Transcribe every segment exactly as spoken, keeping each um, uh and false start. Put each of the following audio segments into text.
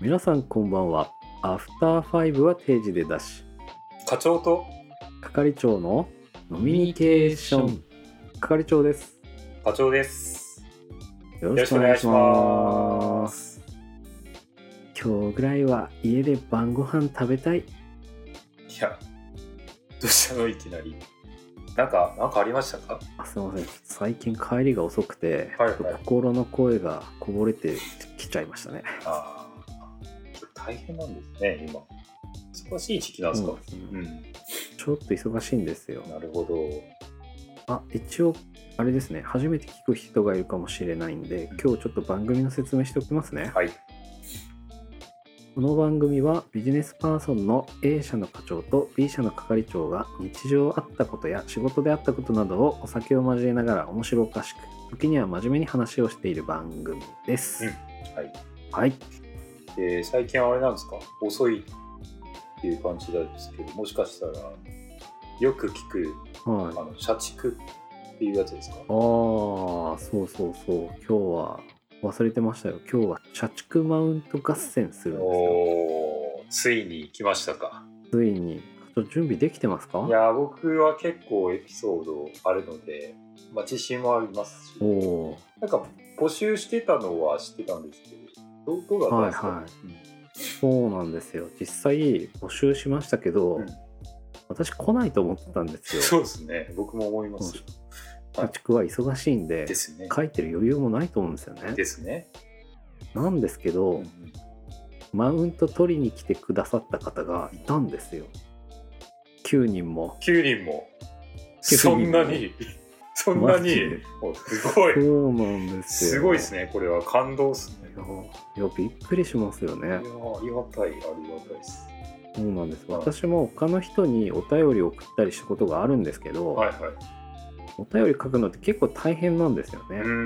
皆さんこんばんは。アフターファイブは定時で出し、 課長と係長のノミニケーション。係長です。 課長です。 よろしくお願いします。今日ぐらいは家で晩ご飯食べたい。 いや、どうしたのいきなり。なんか、なんかありましたか？ あ、すいません。最近帰りが遅くて、 はいはい、 心の声がこぼれてきちゃいましたね。 ああ、大変なんですね、今。忙しい時期なんですか？ そうですね。 うん。 ちょっと忙しいんですよ。 なるほど。 あ、一応あれですね。初めて聞く人がいるかもしれないんで、今日ちょっと番組の説明しておきますね。 はい。 この番組はビジネスパーソンの A 社の課長と B 社の係長が日常あったことや仕事であったことなどをお酒を交えながら面白おかしく、時には真面目に話をしている番組です。 うん、はい。 はい。 で、最近はあれなんですか？遅いっていう感じなんですけど、もしかしたらよく聞く、はい、あの社畜っていうやつですか？ああ、 そうそうそう。今日は忘れてましたよ。今日は社畜マウント合戦するんですよ。 おー、ついに来ましたか。 ついに。準備できてますか？ いや、僕は結構エピソードあるので、まあ、自信もありますし、おなんか募集してたのは知ってたんですけど、どうどうだったんですか？はいはい、うん、 そうなんですよ。実際募集しましたけど、うん、私来ないと思ってたんですよ。 そうですね。僕も思いますよ。 社畜は忙しいんで、ですね、書いてる余裕もないと思うんですよね。 ですね。 なんですけど、うん、マウント取りに来てくださった方がいたんですよ。きゅうにんも。 きゅうにんも。そんなにそんなにすごい。 そうなんですよ。 すごいですね。これは感動ですね。 いや、びっくりしますよね。いや、 ありがたい、ありがたいです。 そうなんです。私も他の人にお便りを送ったりしたことがあるんですけど、はいはい、お便り書くのって結構大変なんですよね。うん、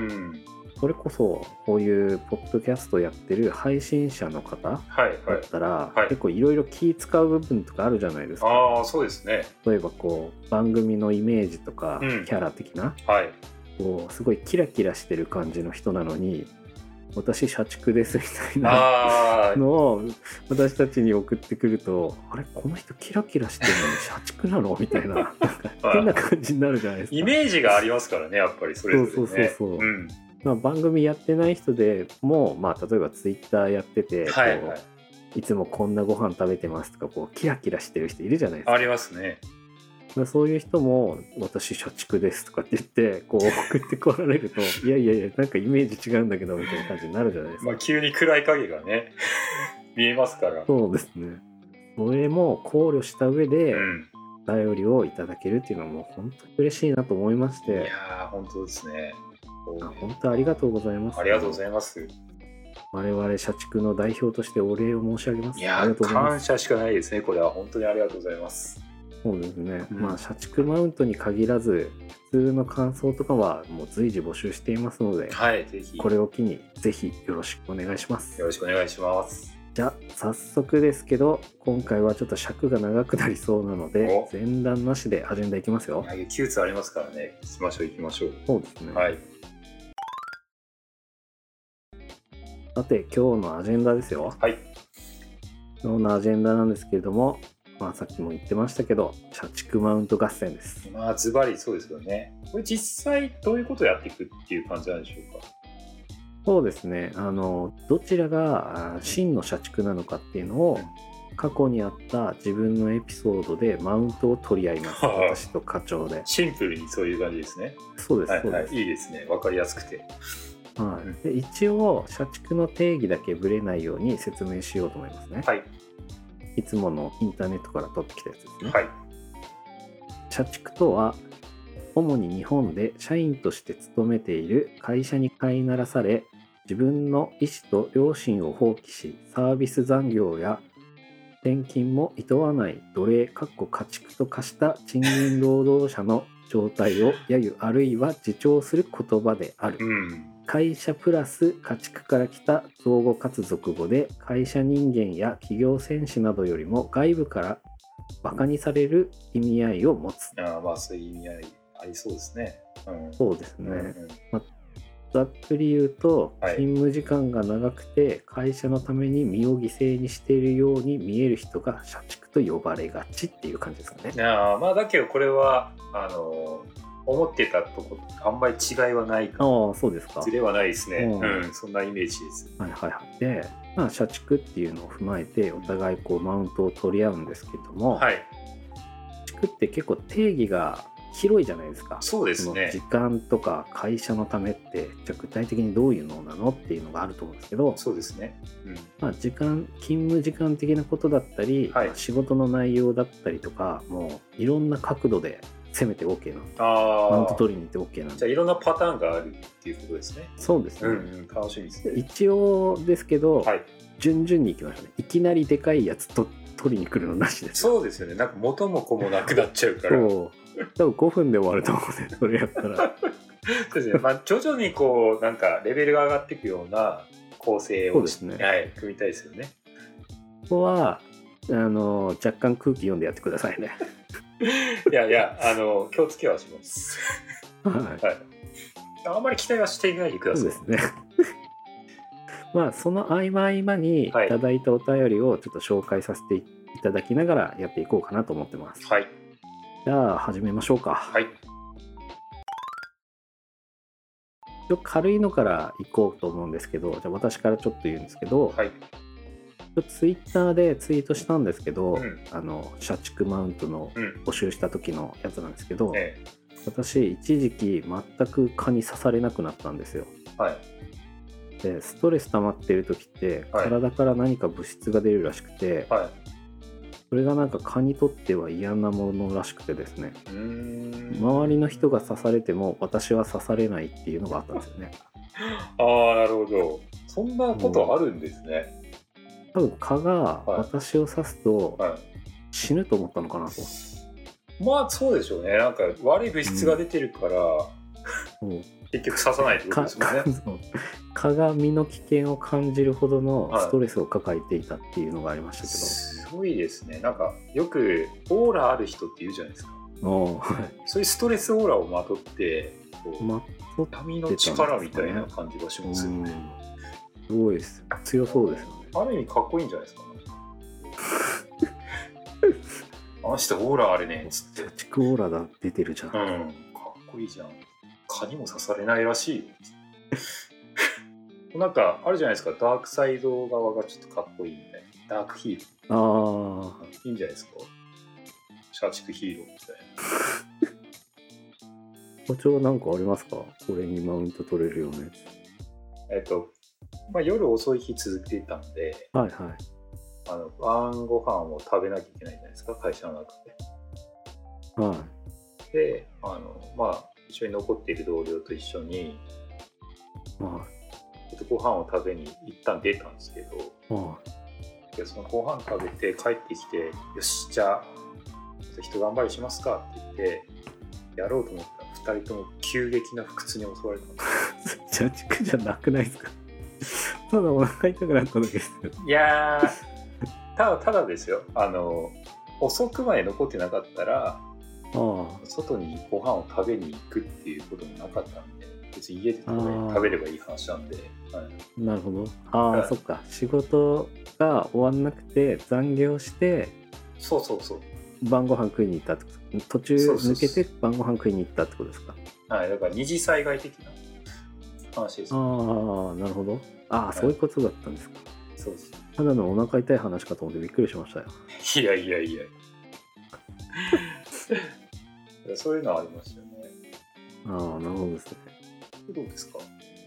それこそこういうポッドキャストやってる配信者の方だったら、はいはい、結構いろいろ気使う部分とかあるじゃないですか。 ああ、そうですね。 例えばこう番組のイメージとか、うん、キャラ的な、はい、こうすごいキラキラしてる感じの人なのに、私社畜ですみたいなのを私たちに送ってくると、あれこの人キラキラしてるのに社畜なのみたいな、なんか変な感じになるじゃないですか。 イメージがありますからね、やっぱりそれぞれね。 そうそうそうそう、うん、まあ、番組やってない人でも、まあ、例えばツイッターやってて、はいはい、こういつもこんなご飯食べてますとか、こうキラキラしてる人いるじゃないですか。 ありますね。 そういう人も私社畜ですとかって言ってこう送ってこられるといやいやいや、なんかイメージ違うんだけどみたいな感じになるじゃないですか。 まあ急に暗い影がね見えますから。 そうですね。それも考慮した上で、うん、頼りをいただけるっていうのはもう本当に嬉しいなと思いまして。いやー、本当ですね。 本当ありがとうございます。 ありがとうございます。 我々社畜の代表としてお礼を申し上げます。 いやー、感謝しかないですね。これは本当にありがとうございます。 そうですね、うん、まあ社畜マウントに限らず普通の感想とかはもう随時募集していますので、 はい、ぜひこれを機にぜひよろしくお願いします。 よろしくお願いします。 じゃあ早速ですけど、今回はちょっと尺が長くなりそうなので前段なしでアジェンダいきますよ。 はい、きゅうつありますからね。行きましょう行きましょう。 そうですね。 はい。 さて今日のアジェンダですよ。 はい。 今日のアジェンダなんですけれども、まあ、さっきも言ってましたけど、社畜マウント合戦です。 まあズバリそうですよね。これ実際どういうことをやっていくっていう感じなんでしょうか。 そうですね。あのどちらが真の社畜なのかっていうのを、うん、過去にあった自分のエピソードでマウントを取り合います。私と課長で。 シンプルにそういう感じですね。 そうです、 はいはい、 そうです。 いいですね。わかりやすくて。 はい、で一応社畜の定義だけぶれないように説明しようと思いますね。 はい。 いつものインターネットから取ってきたやつですね。 はい。 社畜とは主に日本で社員として勤めている会社に飼いならされ、自分の意思と良心を放棄しサービス残業や転勤も厭わない奴隷（家畜）と化した賃金労働者の状態を揶揄あるいは自重する言葉である。うん、会社プラス家畜から来た造語かつ俗語で、会社人間や企業戦士などよりも外部からバカにされる意味合いを持つ。 あ、まあそういう意味合いありそうですね。 うん、そうですね。うんうん、ま、 ざっくり言うと、 はい勤務時間が長くて会社のために身を犠牲にしているように見える人が社畜と呼ばれがちっていう感じですかね。 あまあだけどこれはあの思ってたところあんまり違いはないかああ、そうですか。 ずれはないですね、 うんうん、そんなイメージです。 はいはいはい。で、まあ、社畜っていうのを踏まえてお互いこうマウントを取り合うんですけども、 はい、 社畜って結構定義が広いじゃないですか。 そうですね。 その時間とか会社のためってじゃあ具体的にどういうのなのっていうのがあると思うんですけど、 そうですね、うんまあ、時間勤務時間的なことだったり、 はいまあ仕事の内容だったりとか、もういろんな角度で攻めて OK なの。 あマウント取りに行って OK なんで。 じゃあいろんなパターンがあるっていうことですね。 そうですね、 うんうん、楽しみですね。 一応ですけど、 はい、 順々に行きましょうね。いきなりでかいやつと取りに来るのなしです。 そうですよね。なんか元も子もなくなっちゃうからそう多分ごふんで終わると思うんで、それやったらそうですね、まあ、徐々にこうなんかレベルが上がっていくような構成をそうですね、 はい、組みたいですよね。 ここはあの若干空気読んでやってくださいねいやいや、あの気をつけはしますはい、 はい、あんまり期待はしていないでください。 そうですねまあその合間合間にいはいただいたお便りをちょっと紹介させていただきながらやっていこうかなと思ってます。 はいじゃあ始めましょうか。 はい、 ちょっと軽いのからいこうと思うんですけど、じゃあ私からちょっと言うんですけど、 はい、 ツイッターでツイートしたんですけど、 うんあの社畜マウントのうん募集した時のやつなんですけど、 え私一時期全く蚊に刺されなくなったんですよ。 え、はいでストレス溜まってる時ってはい体から何か物質が出るらしくて、 はい、 それがなんか蚊にとっては嫌なものらしくてですね、 うーん周りの人が刺されても私は刺されないっていうのがあったんですよね。 ああ、なるほど。そんなことあるんですね。 多分蚊が私を刺すとは死ぬと思ったのかなと。 い、まあそうでしょうね。なんか悪い物質が出てるから、 うん、 結局刺さないってことですもんね。 蚊が身の危険を感じるほどのストレスを抱えていたっていうのがありましたけど、 すごいですね。なんかよくオーラある人って言うじゃないですか。 おはい、 そういうストレスオーラをまとってこう、 まとって闇の力みたいな感じがしますよね。 すごいです強そうですよね。 ある意味かっこいいんじゃないですか、ね、あの人オーラあれねっつって、 社畜オーラが出てるじゃん、 うん、かっこいいじゃん。蚊にも刺されないらしいよなんかあるじゃないですか、ダークサイド側がちょっとかっこいいみたいな、ダークヒーロー。 ああいいんじゃないですか、社畜ヒーローみたいな。 課長なんかありますか、これにマウント取れるようなやつ。 えっと、まあ、夜遅い日続けていたんで、 はいはいあの晩ご飯を食べなきゃいけないじゃないですか、会社の中で。 はいで、あのまあ一緒に残っている同僚と一緒に、 はちょっとご飯を食べに一旦出たんですけど、 いはでそのご飯食べて帰ってきて、よしじゃあ人頑張りしますかって言ってやろうと思ったらふたりとも急激な腹痛に襲われたんですい社畜じゃなくないですかただお腹痛くなっただけですよ。 いやー、ただただですよ、あの遅くまで残ってなかったらあ外にご飯を食べに行くっていうこともなかったんで、別に家であ食べればいい話なんで、はい、 なるほど。ああ、 はいそっか、仕事が終わんなくて残業してそうそうそう、 晩ご飯食いに行ったってこと、途中抜けて晩ご飯食いに行ったってことですか。 はい、だから二次災害的な話です。 ああ、なるほど。ああ、 はいそういうことだったんですか。 そうです。 ただのお腹痛い話かと思ってびっくりしましたよ。 いやいやいやそういうのはありますよね。 ああ、なるほどですね。 どうですか。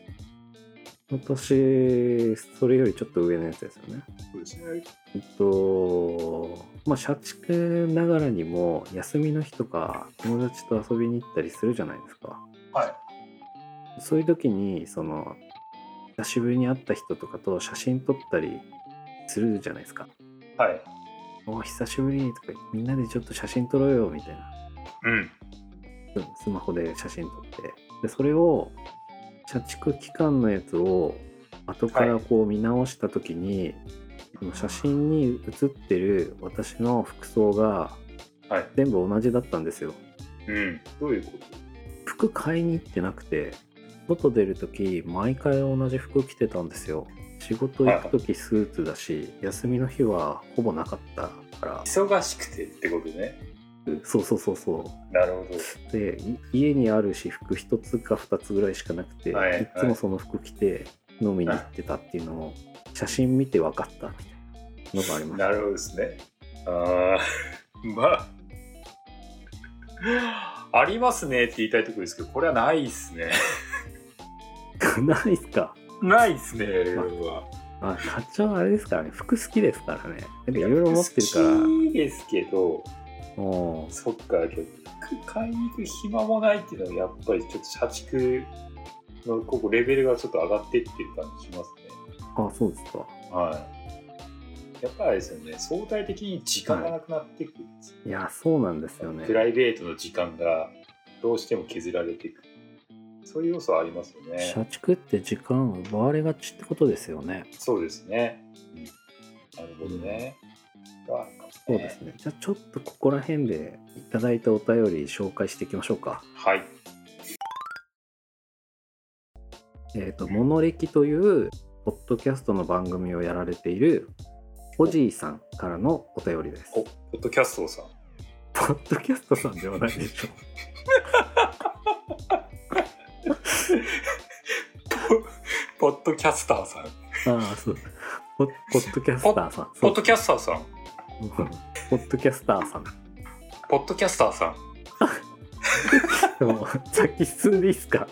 私それよりちょっと上のやつですよね。 そうですね。 えっとまあ社畜ながらにも休みの日とか友達と遊びに行ったりするじゃないですか。 はい。 そういう時にその久しぶりに会った人とかと写真撮ったりするじゃないですか。 はい。 お久しぶりとかみんなでちょっと写真撮ろうよみたいな、 うん。 スマホで写真撮ってでそれを社畜期間のやつを後からこう見直した時に、はい、写真に写ってる私の服装が全部同じだったんですよ。 うん。どういうこと？ 服買いに行ってなくて、 外出るとき毎回同じ服着てたんですよ。仕事行くときスーツだし、はい、休みの日はほぼなかったから。 忙しくてってことね。 そうそうそうそう。 なるほど。で家にある私服一つか二つぐらいしかなくて、はいはい、いつもその服着て飲みに行ってたっていうのを写真見て分かったみたいなのがありました。 なるほどですね。あまあありますねって言いたいところですけど、これはないっすね。 ないっすか。 ないっすね、 まあ、課長はあれですからね、服好きですからね。いろいろ持ってるから。 好きですけど、おそっか、服買いに行く暇もないっていうのはやっぱりちょっと社畜のここレベルがちょっと上がってってる感じしますね。 ああ、そうですか。 はい。やっぱりですよね、相対的に時間がなくなっていくんですよ、 はい、いや、そうなんですよね。 プライベートの時間がどうしても削られていく。そういう要素はありますよね。 社畜って時間奪われがちってことですよね。 そうですね。うん、なるほどね。 うん、そうですね。じゃあちょっとここら辺でいただいたお便り紹介していきましょうか。 はい。 えっと、モノレキというポッドキャストの番組をやられているおじいさんからのお便りです。 お、ポッドキャストさん。 ポッドキャストさんではないでしょ。 ポッドキャスターさん。 ああ、そう。ポッドキャスターさん。 ポッドキャスターさん。 ポッドキャスターさん。 ポッドキャスターさん。 でも先進んでいいですか。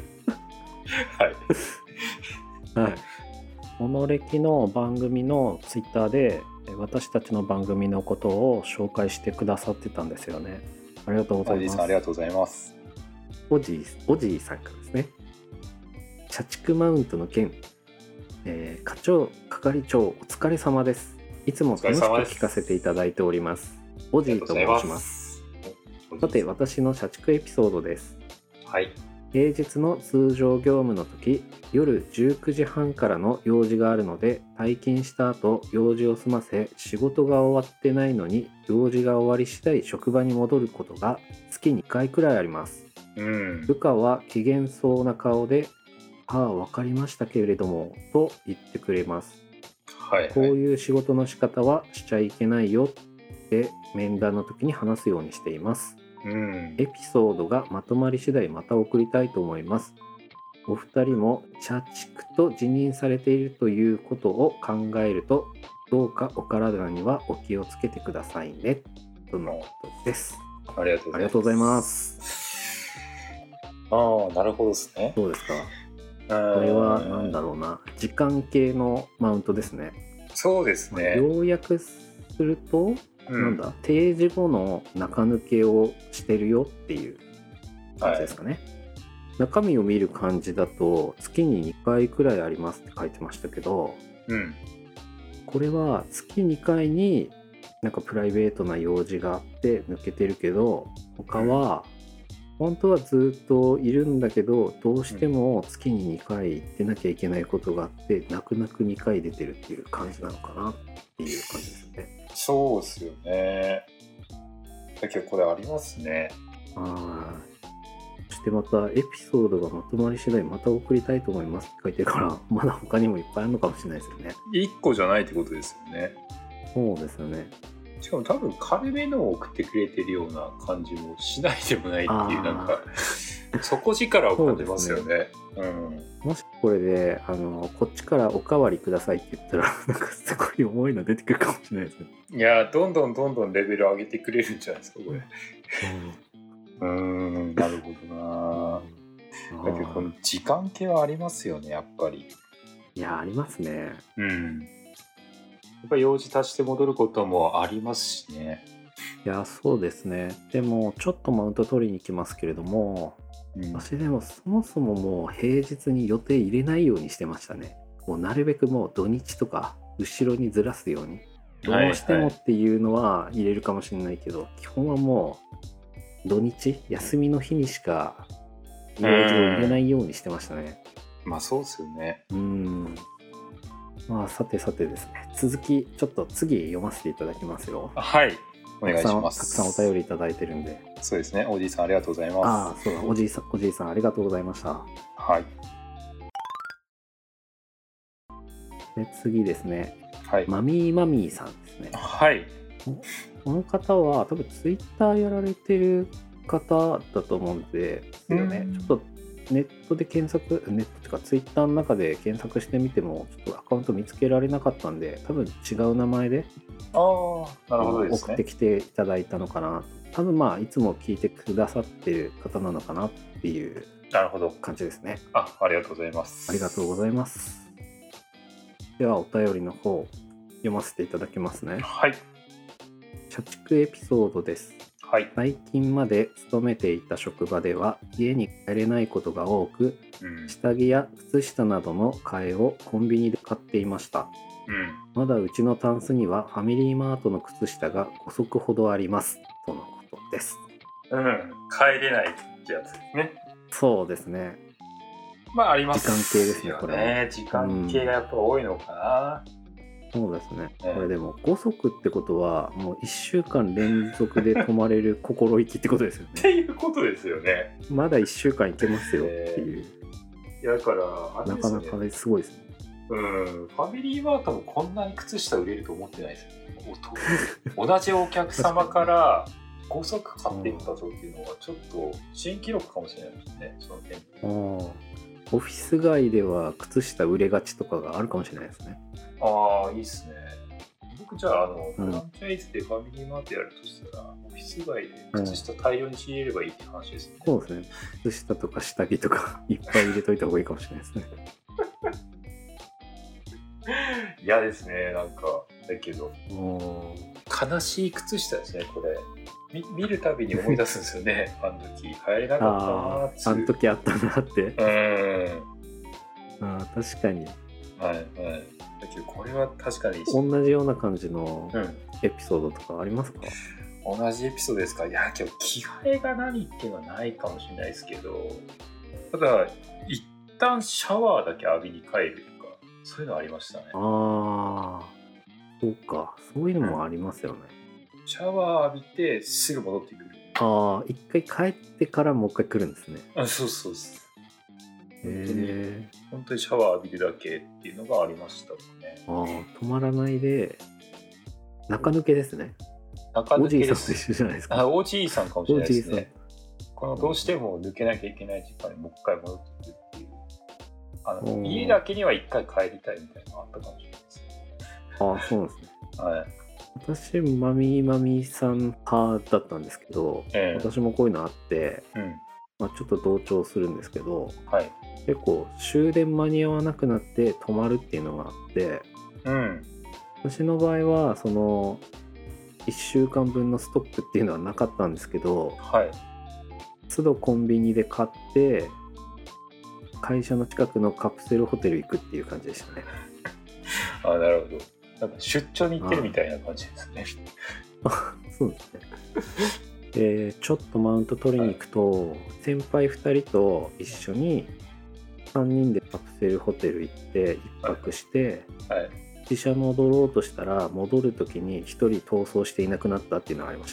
はい。 はい。モノレキの番組のツイッターで私たちの番組のことを紹介してくださってたんですよね。ありがとうございます。 おじいさんありがとうございます。 おじい、おじいさんからですね。社畜マウントの件、えー、課長係長お疲れ様です。いつも楽しく聞かせていただいております。おじいと申します。さて、私の社畜エピソードです。 はい。 平日の通常業務の時、夜じゅうくじはんからの用事があるので、退勤した後用事を済ませ、仕事が終わってないのに用事が終わり次第職場に戻ることが月にかいくらいあります。 うん、 部下は機嫌そうな顔で、ああ、わかりましたけれどもと言ってくれます。 はいはい、 こういう仕事の仕方はしちゃいけないよって面談の時に話すようにしています。 うん、 エピソードがまとまり次第また送りたいと思います。お二人も社畜と自認されているということを考えると、どうかお体にはお気をつけてくださいね、とのことです。 ありがとうございます。ああ、なるほどですね。 どうですか。これはなんだろうな、時間系のマウントですね。 そうですね。 要約すると、うん、なんだ、定時後の中抜けをしてるよっていう感じですかね。はい、中身を見る感じだと月ににかいくらいありますって書いてましたけど、 うん、 これは月にかいになんかプライベートな用事があって抜けてるけど、他は本当はずっといるんだけど、どうしても月ににかい行ってなきゃいけないことがあって泣く泣くにかい出てるっていう感じなのかなっていう感じですよね。 そうですよね。だけどこれありますね。 ああ。そしてまたエピソードがまとまり次第また送りたいと思いますって書いてるから、まだ他にもいっぱいあるのかもしれないですよね。 いっこじゃないってことですよね。 そうですよね。 しかも多分軽めのを送ってくれてるような感じもしないでもないっていう、なんか底力を感じますよね。うん、 もしこれであのこっちからおかわりくださいって言ったら、なんかすごい重いの出てくるかもしれないですね。 いや、どんどんどんどんレベル上げてくれるんじゃないですかこれ。うん、うーん、なるほどな。だけどこの時間系はありますよね、やっぱり。 いや、ありますね。 うん。やっぱり用事足して戻ることもありますしね。 いや、そうですね。でもちょっとマウント取りに行きますけれども、うん、私でもそもそももう平日に予定入れないようにしてましたね。もうなるべくもう土日とか後ろにずらすように。どうしてもっていうのは入れるかもしれないけど、はいはい、基本はもう土日休みの日にしか用事を入れないようにしてましたね。 まあそうですよね。 うん。まあさてさてですね、続きちょっと次読ませていただきますよ。 はい。 お願いします。 たくさん、たくさんお便りいただいてるんで。 そうですね。おじいさんありがとうございます。 ああ、そうだ。おじいさん、おじいさんありがとうございました。 はい。 で次ですね。 はい。 マミーマミーさんですね。 はい。 この方は多分ツイッターやられてる方だと思うんですよね。ちょっとネットで検索、ネットっていうかツイッターの中で検索してみてもちょっとアカウント見つけられなかったんで、多分違う名前でああ、なるほどですね。 送ってきていただいたのかな。多分まあいつも聞いてくださってる方なのかなっていう感じですね。 あ、ありがとうございます。 ありがとうございます。ではお便りの方読ませていただきますね。 はい。 社畜エピソードです。 はい、 最近まで勤めていた職場では家に帰れないことが多く、うん、下着や靴下などの替えをコンビニで買っていました、うん、まだうちのタンスにはファミリーマートの靴下がご足ほどありますとのことです。 うん、帰れないってやつですね。 そうですね。 まあありますよね。 時間系ですね、これね。時間系がやっぱ多いのかな、 うんそうですね、ねこれでもご足ってことはもういっしゅうかん連続で泊まれる心意気ってことですよねっていうことですよね。 まだいっしゅうかんいけますよっていう、 えー、だからあれですね、 なかなかすごいですね。 うん、ファミリーマートもこんなに靴下売れると思ってないですよね。同じお客様からご足買っていったぞっていうのはちょっと新記録かもしれないですね、その点。 あオフィス街では靴下売れがちとかがあるかもしれないですね。 ああ、いいっすね。僕じゃあ、あの、フランチャイズでファミリーマートやるとしたら、うん、オフィス街で靴下大量に仕入れればいいって話ですね。 うん、そうですね。靴下とか下着とかいっぱい入れといた方がいいかもしれないですね。 嫌ですね、なんか。だけど。悲しい靴下ですね、これ。見, 見るたびに思い出すんですよね。あの時帰れなかったなーって。 あの時あったなって。 うん。 あ確かに。 はいはい。だけどこれは確かに同じような感じのエピソードとかありますか？ うん、同じエピソードですか？いや今日着替えが何っていうのはないかもしれないですけど、ただ一旦シャワーだけ浴びに帰るとかそういうのありましたね。 ああ、そうか、そういうのもありますよね。 うん、シャワー浴びてすぐ戻ってくる。 ああ、一回帰ってからもう一回来るんですね。 あ、そうそうです。 へえ。 本当にシャワー浴びるだけっていうのがありましたね。 ああ、止まらないで中抜けですね。 中抜けです。 おじいさんと一緒じゃないですか。 あ、おじいさんかもしれないですね。このどうしても抜けなきゃいけない時間にもう一回戻ってくるっていう。あの家だけには一回帰りたいみたいなのがあったかもしれないですね。 ああ、そうなんですね。 はい。 私マミーマミーさん派だったんですけど、ええ、私もこういうのあって、うんまあ、ちょっと同調するんですけど、はい、結構終電間に合わなくなって止まるっていうのがあって、うん、私の場合はそのいっしゅうかんぶんのストックっていうのはなかったんですけど、はい、都度コンビニで買って会社の近くのカプセルホテル行くっていう感じでしたね。 あ、なるほど。なんか出張に行ってるみたいな感じですね。 あそうですね。でちょっとマウント取りに行くと、はい、先輩ふたりと一緒にさんにんでカプセルホテル行っていっぱくして、はいはい、自社戻ろうとしたら戻る時にひとり逃走していなくなったっていうのがありました。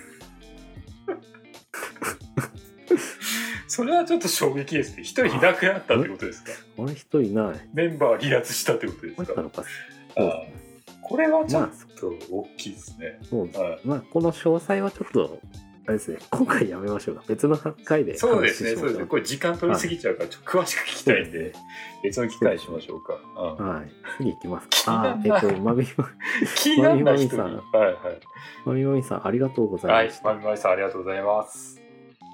それはちょっと衝撃ですね。ひとりいなくなったってことですか？ あれひとりない。 メンバー離脱したってことですか？ のかあこれはちょっと大きいですね。 そうです、はい、まあこの詳細はちょっとあれですね、今回やめましょうか。別の回で話しましょう。 そうですね、そうですね。これ時間取りすぎちゃうから、ちょっと詳しく聞きたいんで、はい、別の機会にしましょうか。うん、はい。 次行きますか。あ、えっと、まみまみまみさん。 はいはい。 まみまみさん、ありがとうございます。 はい、まみまみさん、ありがとうございます。 はい。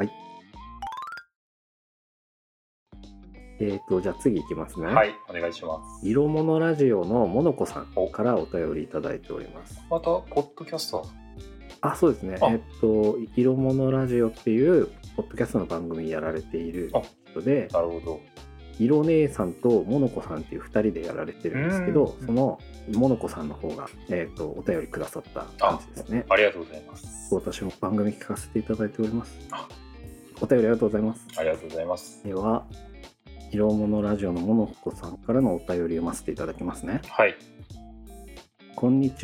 えっと、じゃあ次行きますね。 はい、お願いします。 色物ラジオのものこさんからお便りいただいております。 また、ポッドキャスター？ あ、そうですね。えっと、色物ラジオっていうポッドキャストの番組やられている人で、 なるほど。 色姉さんとものこさんっていうふたりでやられてるんですけど、そのものこさんの方が、えっと、お便りくださった感じですね。 あ、ありがとうございます。 私も番組聞かせていただいております。お便りありがとうございます。 ありがとうございます。 では、色物ラジオのものこさんからのお便りを読ませていただきますね。 はい。 こんにちは。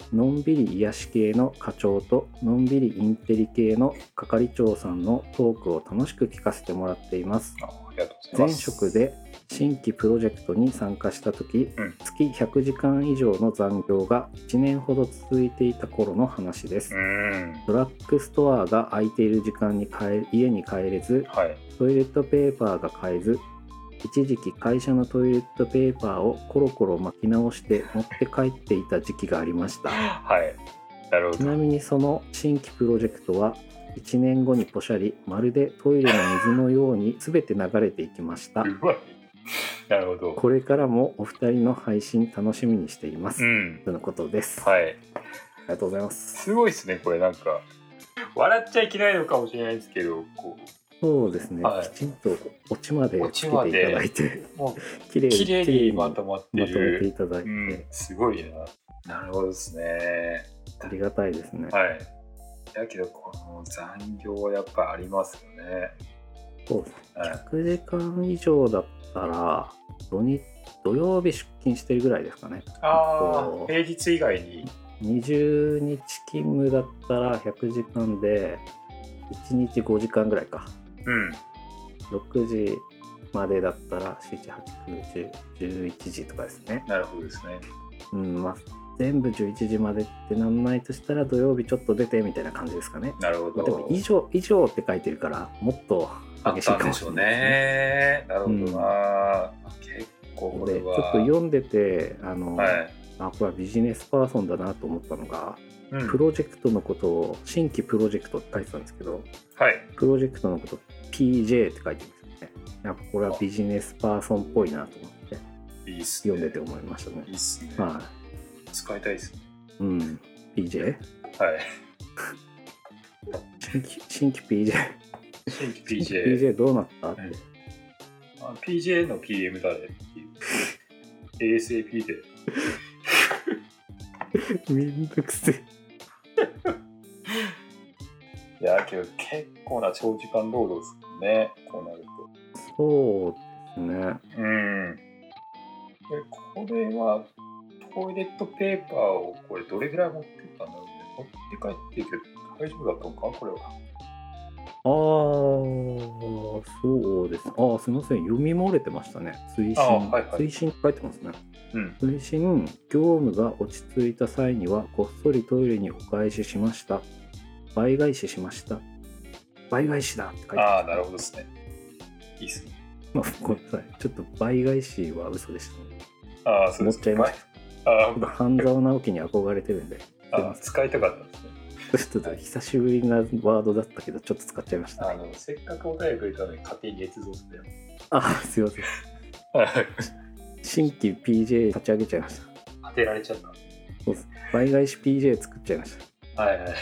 のんびり癒し系の課長とのんびりインテリ系の係長さんのトークを楽しく聞かせてもらっています。 あ、ありがとうございます。 前職で新規プロジェクトに参加した時、 うん、 月ひゃくじかん以上の残業がいちねんほど続いていた頃の話です。 うん、 ドラッグストアが空いている時間に帰家に帰れず、 はい、 トイレットペーパーが買えず、一時期会社のトイレットペーパーをコロコロ巻き直して持って帰っていた時期がありました。 はい、なるほど。 ちなみにその新規プロジェクトはいちねんごにポシャリ、まるでトイレの水のように全て流れていきました。 うまい。なるほど。 これからもお二人の配信楽しみにしています、 うん、 とのことです。 はい、 ありがとうございます。 すごいですね。これなんか笑っちゃいけないのかもしれないですけど、こうそうですね、 はい、 きちんとオチまでつけていただいてもうきれいきれいにまとまってる、 まとめていただいて、うん、 すごいな。なるほどですね。 ありがたいですね。 はい。だけどこの残業はやっぱありますよね。 そうですね、はい、ひゃくじかん以上だったら土日土曜日出勤してるぐらいですかね。 ああ、平日以外ににじゅうにち勤務だったらひゃくじかんでいちにちごじかんぐらいか。 うん。 ろくじまでだったらよん、はち、きゅう、じゅう、じゅういちじとかですね。 なるほどですね。 うん、まあ全部じゅういちじまでってなんないとしたら土曜日ちょっと出てみたいな感じですかね。 なるほど。 まあ、でも以上以上って書いてるからもっと激しいかもしれないですね。 なるほどな、うん、結構これはちょっと読んでてあの、 はい、 あこれはビジネスパーソンだなと思ったのが、うん、プロジェクトのことを新規プロジェクトって書いてたんですけど、 はい、 プロジェクトのこと ピージェー って書いてるんですよね。やっぱこれはビジネスパーソンっぽいなと思っていいっすね、 読んでて思いましたね。 いいっすね、 はい、 使いたいですね。 うん、ピージェー？ はい新規新規 ピージェー新規 ピージェーピージェー どうなったって、うん、 あ ピージェー の ピーエム 誰っていう エーエスエーピー でめんどくせえいやけど結構な長時間労働ですね、こうなると。 そうですね。 うん。でこれはトイレットペーパーをこれどれぐらい持ってったんだろうね。持って帰ってるけど大丈夫だったのかこれは。 ああ、そうです。ああ、すみません。読み漏れてましたね。推進、はいはい、推進って書いてますね。うん、推進、業務が落ち着いた際にはこっそりトイレにお返ししました。倍返ししました。倍返しだって書いてます。 ああ、なるほどですね。いいっすね。 まあ、ごめんなさい。ちょっと倍返しは嘘でしたね。 ああ、そうですね。 思っちゃいました。ああ、半沢直樹に憧れてるんで。 ああ、使いたかったんですね。 ちょっと久しぶりなワードだったけどちょっと使っちゃいました、ね、 あのせっかくお便りくれたのに勝手に捏造してたよ。 あ、すいません新規 ピージェー 立ち上げちゃいました。 当てられちゃった。 そうです。倍返し ピージェー 作っちゃいました。 はいはい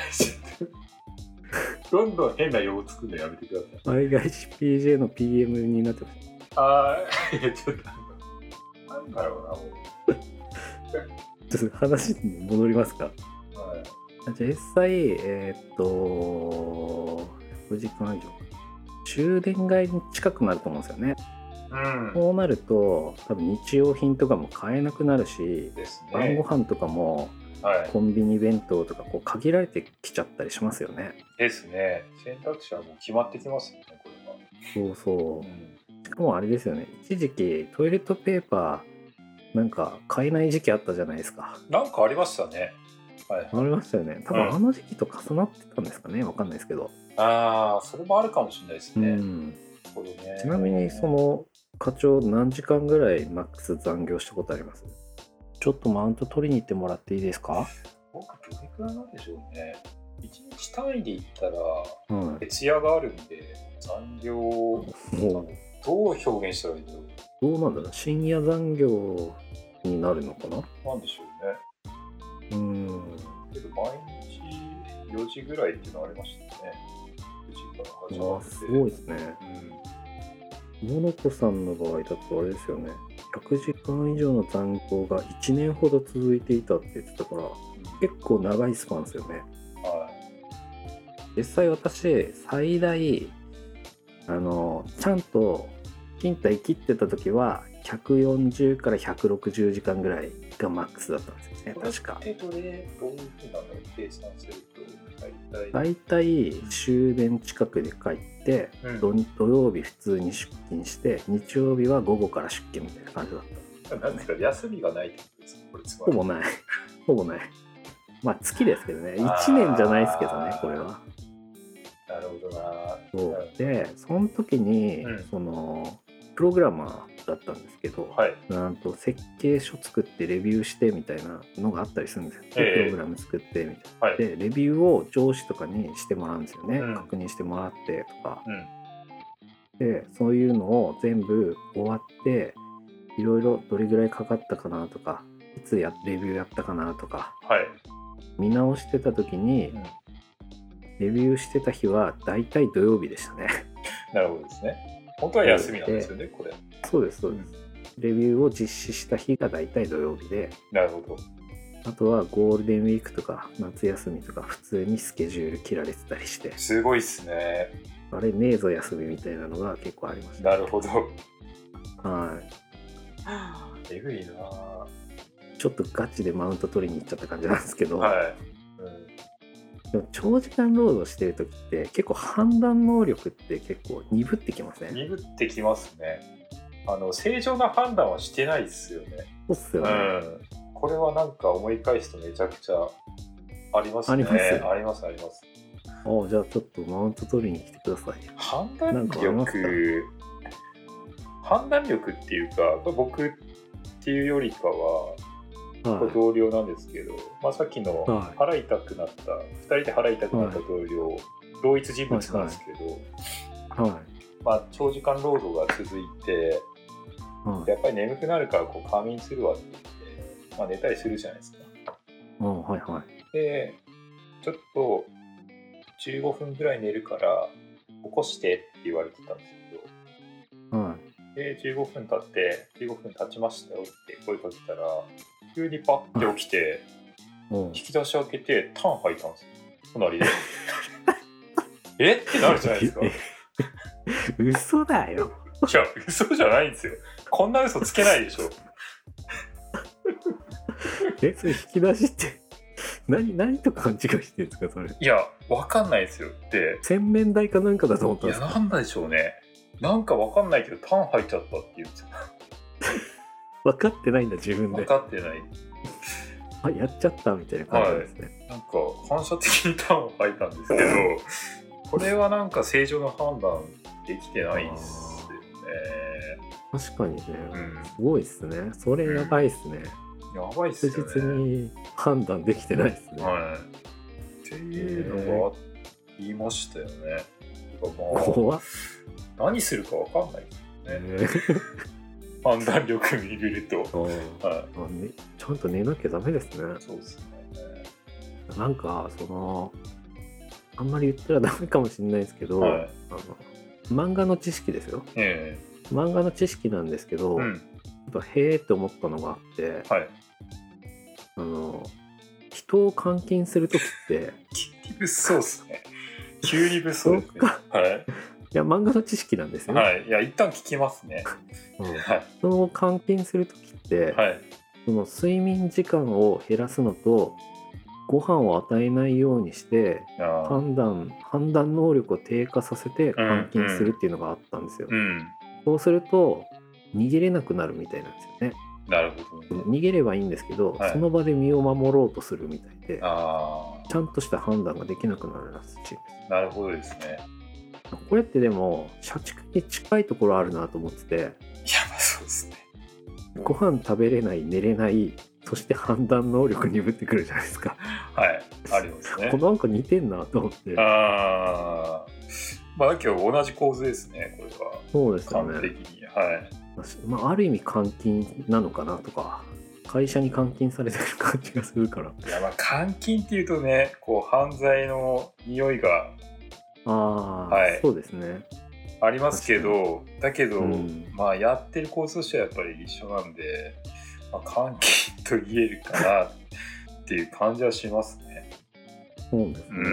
どんどん変な用語作るのやめてください。倍返し ピージェー の ピーエム になってました。 ああ、いやちょっとなんだろうなもうちょっと話に戻りますか。実際、えー、っと、ひゃくじかん以上。終電外に近くなると思うんですよね。うん、そうなると、多分日用品とかも買えなくなるし、ですね、晩ご飯とかも、はい、コンビニ弁当とかこう限られてきちゃったりしますよね。 ですね。選択肢はもう決まってきますよね、これは。そうそう。うん、しかもあれですよね。一時期トイレットペーパーなんか買えない時期あったじゃないですか。 なんかありましたね。はい、 ありましたよね。多分あの時期と重なってたんですかね、わかんないですけど。 ああ、それもあるかもしれないですね。うん、 ね。ちなみにその課長何時間ぐらいマックス残業したことあります？ちょっとマウント取りに行ってもらっていいですか？ 僕どれくらいなんでしょうね。いちにち単位で言ったら徹夜があるんで、残業をどう表現したらいいんだろう。 どうなんだろう。深夜残業になるのかな？ なんでしょうね。うん、けど毎日よじぐらいっていうのはありましたね。よじから始まって。 すごいですね。うん。モノコさんの場合だとあれですよね。ひゃくじかん以上の残業がいちねんほど続いていたって言ってたから、うん、結構長いスパンですよね。はい。実際私最大あのちゃんと勤怠切ってた時はひゃくよんじゅうからひゃくろくじゅうじかんぐらいがマックスだったんですよね、確か。 え、どれ、どういうふうなんだろう、計算すると、大体。 大体終電近くで帰って、うん、土, 土曜日普通に出勤して、日曜日は午後から出勤みたいな感じだった。 なんですか、休みがないってことですか、これつまり。ほぼない。ほぼない。まあ月ですけどね、いちねんじゃないですけどね、これは。 なるほどな。 そうで、その時に、うん、そのプログラマーだったんですけど、はい、なんと設計書作ってレビューしてみたいなのがあったりするんですよ、えー、プログラム作ってみたいな、はい、でレビューを上司とかにしてもらうんですよね、うん、確認してもらってとか、うん、でそういうのを全部終わっていろいろどれぐらいかかったかなとか、いつやレビューやったかなとか、はい、見直してた時に、うん、レビューしてた日はだいたい土曜日でしたね。 なるほどですね。本当は休みなんですよね、これ。 そうですそうです、うん、レビューを実施した日がだいたい土曜日で、 なるほど。 あとはゴールデンウィークとか夏休みとか普通にスケジュール切られてたりして、 すごいっすね。 あれねえぞ休みみたいなのが結構ありました、 ね、なるほど。 はい。 えぐいな。 ちょっとガチでマウント取りに行っちゃった感じなんですけど、 はい、 うん、でも長時間労働してる時って結構判断能力って結構鈍ってきますね。 鈍ってきますね。あの正常な判断はしてないですよね。 そうっすよね、うん、 これはなんか思い返すとめちゃくちゃありますね。あります、ありますあります。 ああ、じゃあちょっとマウント取りに来てください。 判断力判断力っていうか、僕っていうよりかははい、同僚なんですけど、まあ、さっきの腹痛くなった、はい、ふたりで腹痛くなった同僚、はい、同一人物なんですけど、はいはい、まあ、長時間労働が続いて、はい、やっぱり眠くなるからこう仮眠するわって言って、まあ、寝たりするじゃないですか。 うんはいはい、 でちょっとじゅうごふんぐらい寝るから起こしてって言われてたんですけど、はい、でじゅうごふん経ってじゅうごふん経ちましたよって声かけたら急にパッて起きて、引き出し開けてタン吐いたんですよ、隣で。えってなるじゃないですか。 嘘だよ。 いや、嘘じゃないんですよ。こんな嘘つけないでしょ。 え、それ引き出しって何、何と勘違いしてるんですか、それ。 いや、わかんないですよ。で、 洗面台かなんかだと思ったんですか。 いや、なんだでしょうね。なんかわかんないけどタン吐いちゃったって言うんですよ。 分かってないんだ、自分で。 分かってない。 あ、やっちゃったみたいな感じですね。 はい、なんか反射的にターンを吐いたんですけど、これはなんか正常な判断できてないですよね。 確かにね、うん、すごいですね。それやばいですね。 うん、やばいっすよね。 確実に判断できてないですね。 はい。っていうのが言いましたよね。まあ、 怖っ。 何するか分かんないですね。判断力に入れると、 はい、あ、ね、ちゃんと寝なきゃダメですね。 そうですね。 なんかそのあんまり言ったらダメかもしれないですけど、はい、あの漫画の知識ですよ、えー、漫画の知識なんですけど、うん、やっぱへーって思ったのがあって、はい、あの人を監禁するときって急に物騒ですね。急に物騒ですね。はいいや漫画の知識なんですよ。 はい。いや一旦聞きますね。 うんはい、その監禁するときって、はい、その睡眠時間を減らすのとご飯を与えないようにして判断判断能力を低下させて監禁するっていうのがあったんですよ。うんうん、そうすると逃げれなくなるみたいなんですよね。 なるほど、ね。 逃げればいいんですけど、はい、その場で身を守ろうとするみたいで、 あちゃんとした判断ができなくなるらしいです。 なるほどですね。 これってでも社畜に近いところあるなと思ってて、いやまあそうですね。 ご飯食べれない寝れないそして判断能力鈍ってくるじゃないですか。 はいありますね。 このなんか似てんなと思って。 ああまあだけど同じ構図ですねこれは。 そうですよね。 完璧にはい。 まあある意味監禁なのかなとか会社に監禁されてる感じがするから。 いやまあ監禁っていうとねこう犯罪の匂いがああ、はい、そうですねありますけどだけど、うん、まあやってる構図としてはやっぱり一緒なんで、まあ、監禁と言えるかなっていう感じはしますね。 そうですね、うん、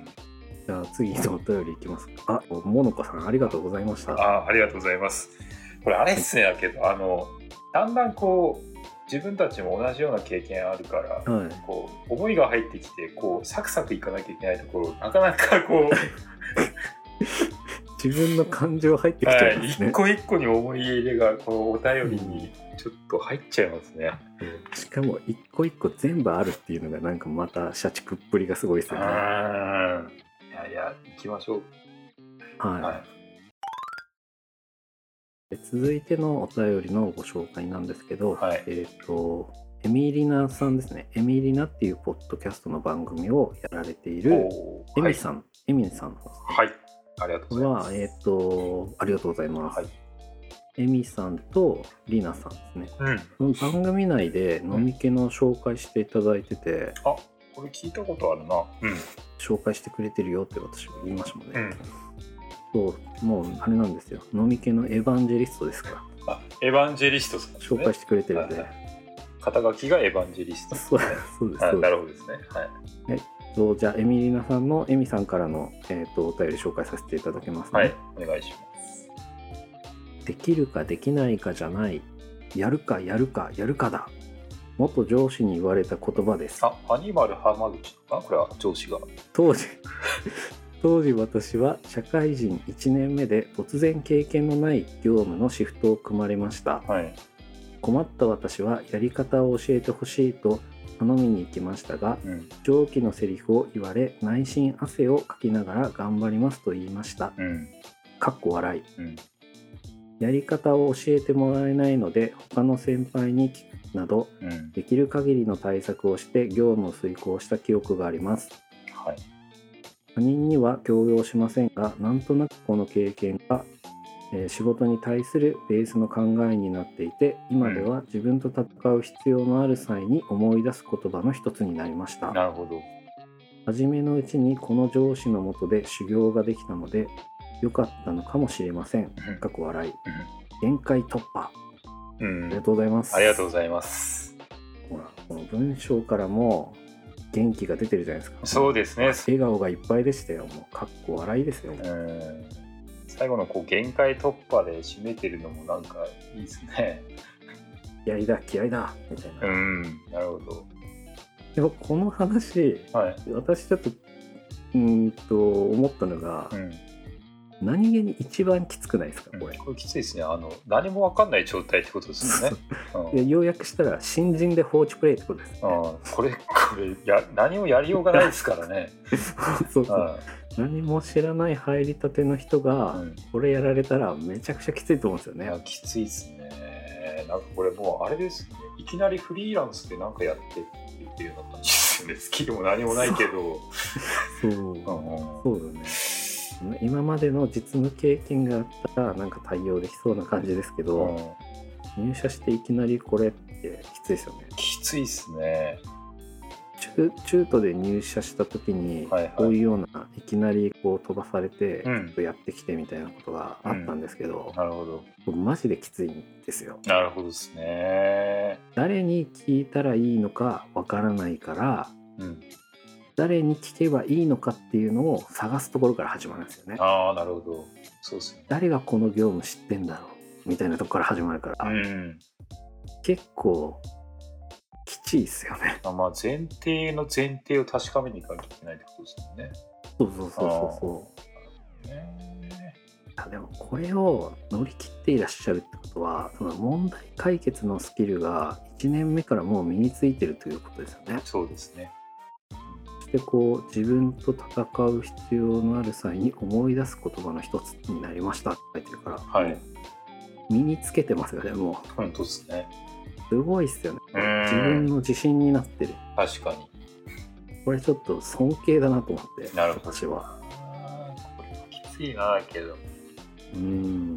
じゃあ次のお便りいきますか。あ、ものこさんありがとうございました。 あ、ありがとうございます。これあれっすねだけどあのだんだんこう自分たちも同じような経験あるから、 はい、 こう思いが入ってきてこうサクサクいかなきゃいけないところなかなかこう自分の感情入ってきちゃうんですね、 はい、一個一個に思い入れがこのお便りにちょっと入っちゃいますね、 うん、しかも一個一個全部あるっていうのがなんかまた社畜っぷりがすごいですよね。 あいやいや行きましょう。 はい、 はい、 で続いてのお便りのご紹介なんですけど、 はい、 えっとエミリナさんですね。エミリナっていうポッドキャストの番組をやられているエミさん、はい、エミさんの方ですね。 はい、ありがとうございます。 は、えっと、ありがとうございます。はい、エミさんとリナさんですね。うん、番組内で飲み気の紹介していただいてて、うん、 あ、これ聞いたことあるな。うん、 紹介してくれてるよって私も言いましたもんね。うん、そうもうあれなんですよ。飲み気のエヴァンジェリストですから。 あ、エヴァンジェリストさんですね。 紹介してくれてるんで。はいはい、 肩書きがエヴァンジェリスト、ね。 そう、そうです。 なるほどですね。はい。 はい、とじゃあエミリナさんのエミさんからの、えー、とお便り紹介させていただきますね。 はい、お願いします。 できるかできないかじゃない、やるかやるかやるかだ。元上司に言われた言葉です。 あ、アニマル浜口か、これは上司が。 当時当時私は社会人いちねんめで突然経験のない業務のシフトを組まれました。はい、困った私はやり方を教えてほしいと頼みに行きましたが、うん、上記のセリフを言われ内心汗をかきながら頑張りますと言いました。うん、かっこ笑い、うん、やり方を教えてもらえないので他の先輩に聞くなど、うん、できる限りの対策をして業務を遂行した記憶があります。はい、他人には強要しませんが、なんとなくこの経験が、えー、仕事に対するベースの考えになっていて、今では自分と戦う必要のある際に思い出す言葉の一つになりました。 なるほど。 初めのうちにこの上司の下で修行ができたので良かったのかもしれません。かっこ笑い、限界突破、うん、ありがとうございます。 ありがとうございます。 ほら、この文章からも元気が出てるじゃないですか。 そうですね。 笑顔がいっぱいでしたよ。もうかっこ笑いですよ。 うん、最後のこう限界突破で締めてるのもなんかいいですね。 気合だ気合だみたいな。 うん、なるほど。 でもこの話、はい、私ちょっとうんと思ったのが、うん、何気に一番きつくないですかこれ、うん、 これきついですね。あの何も分かんない状態ってことですよね。 うん、いや要約したら新人で放置プレイってことです、ね、 うん、これこれや何もやりようがないですからね。 そうそう、うん、何も知らない入りたての人がこれやられたらめちゃくちゃきついと思うんですよね。 いやきついですね。なんかこれもうあれですね。いきなりフリーランスでなんかやってっていうような感じですよね。スキルも何もないけどそう、うん、そうだね。今までの実務経験があったらなんか対応できそうな感じですけど、うん、入社していきなりこれってきついですよね。 きついですね。 中, 中途で入社した時にこういうようないきなりこう飛ばされてちょっとやってきてみたいなことがあったんですけど、 うん、なるほどマジできついんですよ。 なるほどですね。 誰に聞いたらいいのかわからないから、うん、誰に聞けばいいのかっていうのを探すところから始まるんですよね。 ああ、なるほど。そうですね。 誰がこの業務知ってんだろうみたいなところから始まるから、うん、結構きついですよね。 あ、まあ前提の前提を確かめにいかなきゃいけないってことですよね。 そうそうそうそうそう。ね、あでもこれを乗り切っていらっしゃるってことは、その問題解決のスキルがいちねんめからもう身についてるということですよね。 そうですね。 そしてこう自分と戦う必要のある際に思い出す言葉の一つになりましたって書いてるから、はい、身につけてますよね。もう本当ですね。 すごいっすよね。自分の自信になってる。 確かに。 これちょっと尊敬だなと思って。 なるほど。 私は。 これきついなけど。 うーん。うん。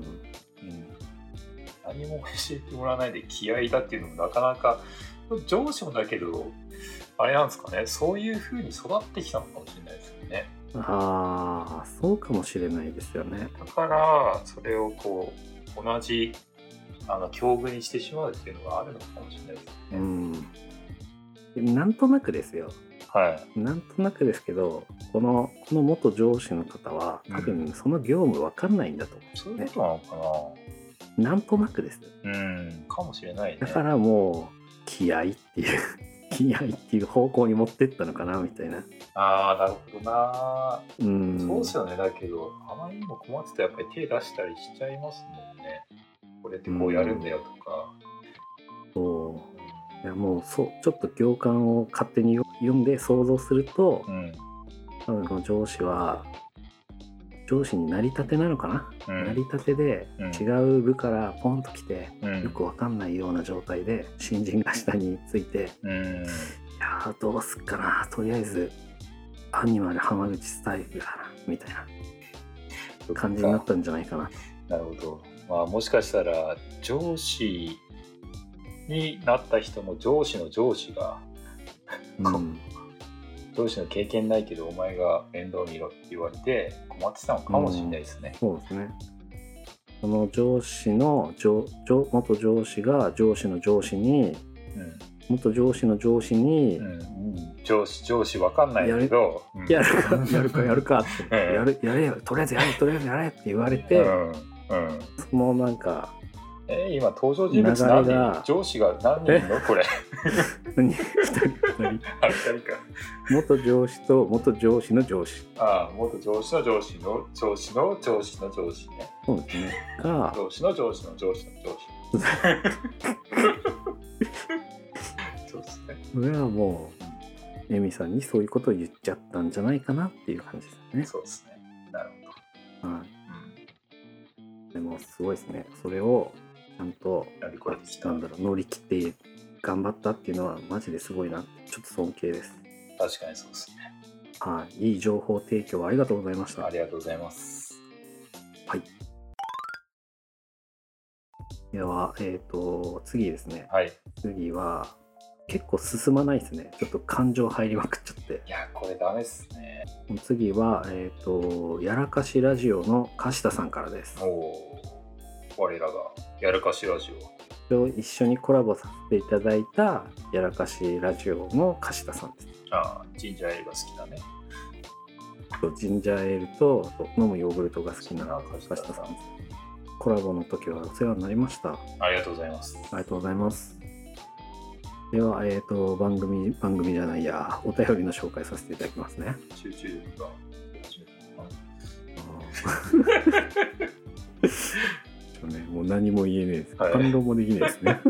何も教えてもらわないで気合だっていうのもなかなか上司もだけどあれなんですかね。そういう風に育ってきたのかもしれないですよね。 ああ、そうかもしれないですよね。 だからそれをこう同じあの境遇にしてしまうっていうのがあるのかもしれないですね。 うん、なんとなくですよ、 はい、 なんとなくですけどこのこの元上司の方は多分その業務分かんないんだと思うんですね。 そういうことなのかな。 なんとなくです。 うん、かもしれないね。 だからも気合っていう気合っていう方向に持ってったのかなみたいな。 ああ、なるほどな。 うん。 そうですよね。だけどあまりにも困ってたらやっぱり手出したりしちゃいますもんね。これってこうやるんだよとか。 そう。いやもうそうちょっと行間を勝手に読んで想像すると、 うん、 多分この上司は上司になりたてなのかな、うん、なりたてで違う部からポンと来て、うん、よくわかんないような状態で新人が下について、うん、いやどうすっかな、とりあえずアニマル浜口スタイルだなみたいな感じになったんじゃないかな。 なるほど。まあもしかしたら上司になった人も上司の上司が、うん、上司の経験ないけどお前が面倒見ろって言われて困ってたのかもしれないですね。 うん、そうですね。その上司の上上元上司が上司の上司に、うん、元上司の上司に、うんうん、上司上司わかんないけどやる、うん、やるかやるかやるかって、うん、やるやれよとりあえずやれとりあえずやれって言われて、うんうん、そのなんかえー、今登場人物何人？上司が何人のこれ何ふたりふたりあふたりか。 元上司と元上司の上司。 ああ、元上司の上司の上司の上司の上司ね。 そうですね。が上司の上司の上司の上司そうですね。 それはもうエミさんにそういうことを言っちゃったんじゃないかなっていう感じですね。 そうですね。なるほど。はい。 うん、でもすごいですね。それをちゃんとなんだろう乗り切って頑張ったっていうのはマジですごいな。ちょっと尊敬です。 確かにそうですね。 はい、いい情報提供ありがとうございました。 ありがとうございます。 はい。ではえっと次ですね。 はい。 次は結構進まないですね。ちょっと感情入りまくっちゃって。 いやこれダメですね。 次はえっとやらかしラジオの樫田さんからです。 おお。我らがやらかしラジオ一緒にコラボさせていただいたやらかしラジオの樫田さんです。 ああ、ジンジャーエールが好きだね。 ジンジャーエールと飲むヨーグルトが好きな樫田さんです。コラボの時はお世話になりました。 ありがとうございます。 ありがとうございます。では、えーと、番組番組じゃないやお便りの紹介させていただきますね。 集中力がね、もう何も言えないです。はい、反論もできないですね。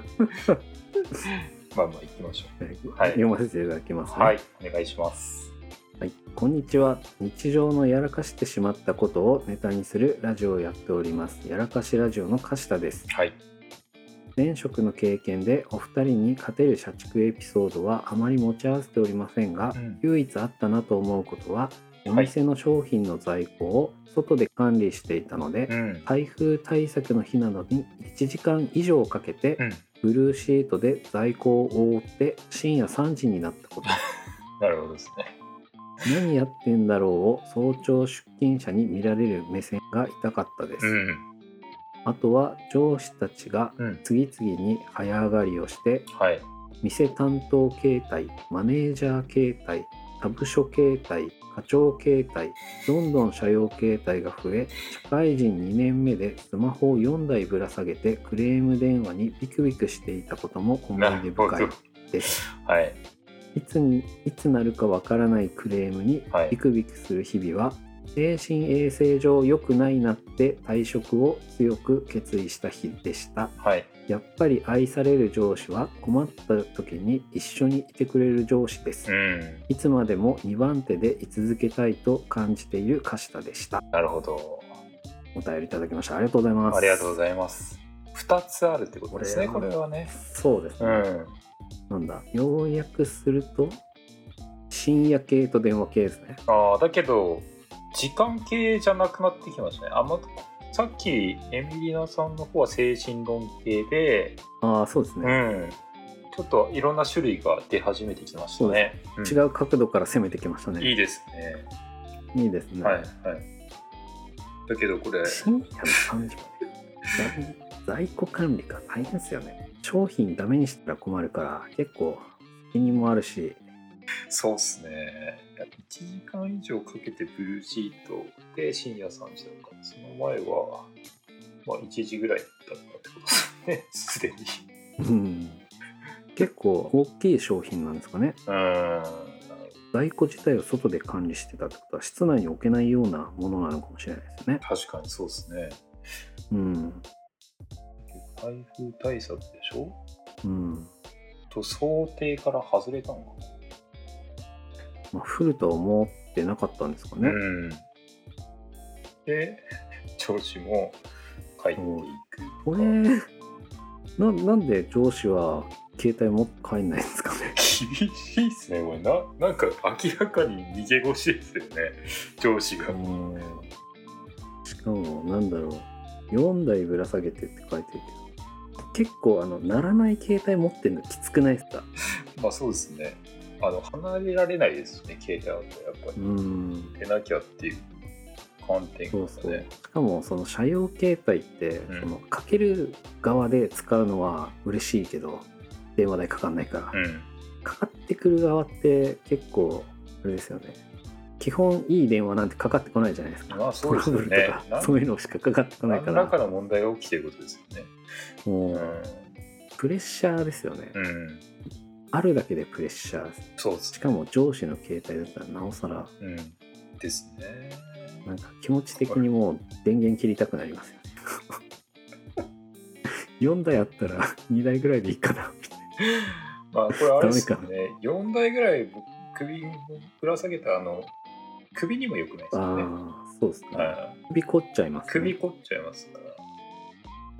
まあまあ行きましょう。 はい、読ませていただきますね。 はい、お願いします。 はい、こんにちは。日常のやらかしてしまったことをネタにするラジオをやっております。やらかしラジオの樫田です。 はい。 前職の経験でお二人に勝てる社畜エピソードはあまり持ち合わせておりませんが、うん、唯一あったなと思うことは、お店の商品の在庫を外で管理していたので、うん、台風対策の日などにいちじかん以上かけて、うん、ブルーシートで在庫を覆って深夜さんじになったことなるほどですね。 何やってんだろうを早朝出勤者に見られる目線が痛かったです、うん、あとは上司たちが次々に早上がりをして、うんはい、店担当形態、マネージャー形態、他部署形態、課長形態、どんどん社用形態が増え、社会人にねんめでスマホをよんだいぶら下げてクレーム電話にビクビクしていたことも思い出深いです。 はい、 いつにいつなるかわからないクレームにビクビクする日々は、精神衛生上良くないなって退職を強く決意した日でした。はい、やっぱり愛される上司は困った時に一緒にいてくれる上司です、うん、いつまでもにばん手で居続けたいと感じている樫田でした。 なるほど。 お便りいただきました。ありがとうございます。 ありがとうございます。ふたつあるってことですね。これはね。 そうですね、うん、なんだ要約すると深夜系と電話系ですね。 ああ、だけど時間系じゃなくなってきましたね。あんまさっきエミリナさんの方は精神論系で、 ああそうですね、うん、 ちょっといろんな種類が出始めてきましたね、 うん、違う角度から攻めてきましたね。 いいですね。 いいですね。 はいはい。だけどこれ深夜のさんじまで在庫管理が大変ですよね。商品ダメにしたら困るから結構責任もあるし。 そうっすね。いちじかん以上かけてブルーシートで深夜さんじだから、その前は、まあ、いちじぐらいだったってことですね、すでに。うん。 結構大きい商品なんですかね。 うーん。 在庫自体を外で管理してたってことは室内に置けないようなものなのかもしれないですね。 確かにそうですね。 うん。 台風対策でしょ。 うん。 と想定から外れたのかな。 まあ、降るとは思ってなかったんですかね。 うん。で、上司も帰っていく。 これな、なんで上司は携帯持って帰んないんですかね。 厳しいっすね、これ。な、なんか明らかに逃げ腰ですよね、上司が。 うんしかもなんだろう、よんだいぶら下げてって書いてるけど、結構あの鳴らない携帯持ってるのきつくないですか。 まあそうですね。あの離れられないですね、携帯だとやっぱり。 うん出なきゃっていう観点からね。 そうそう。しかもその車用携帯って、 うん、 そのかける側で使うのは嬉しいけど電話代かかんないから、 うん、 かかってくる側って結構あれですよね。基本いい電話なんてかかってこないじゃないですか。 まあそうですよね。 トラブルとかそういうのしかかかってこないから。 何らかの問題が起きてることですよね。 もう、 うん、 プレッシャーですよね。 うん、 あるだけでプレッシャーです。 そうです。 しかも上司の携帯だったらなおさら、 うん、ですね。 なんか気持ち的にもう電源切りたくなりますよね。よんだいあったらにだいぐらいでいいかなみたいな。 まあこれあれですよね。よんだいぐらい首にぶら下げたあの首にも良くないですよね。 ああ、そうですね。 はい、 首凝っちゃいますね。 首凝っちゃいますから。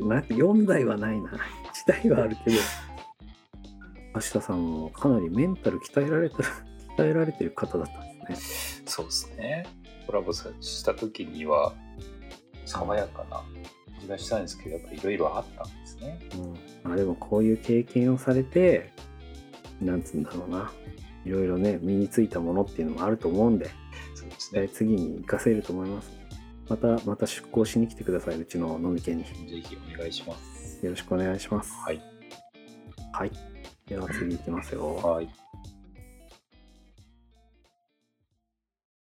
なんかよんだいはないな。いちだいはあるけど。橋田さんもかなりメンタル鍛えられた鍛えられてる方だったんですね。そうですね。コラボした時には爽やかな気がしたんですけど、やっぱりいろいろあったんですね。 うん、あでもこういう経験をされて、なんつうんだろうな、いろいろね身についたものっていうのもあると思うんで、 そうですね。 次に活かせると思います。またまた出向しに来てください、うちの飲み家に。ぜひお願いします。 よろしくお願いします。 はい。 はい。では次いきますよ。 はい。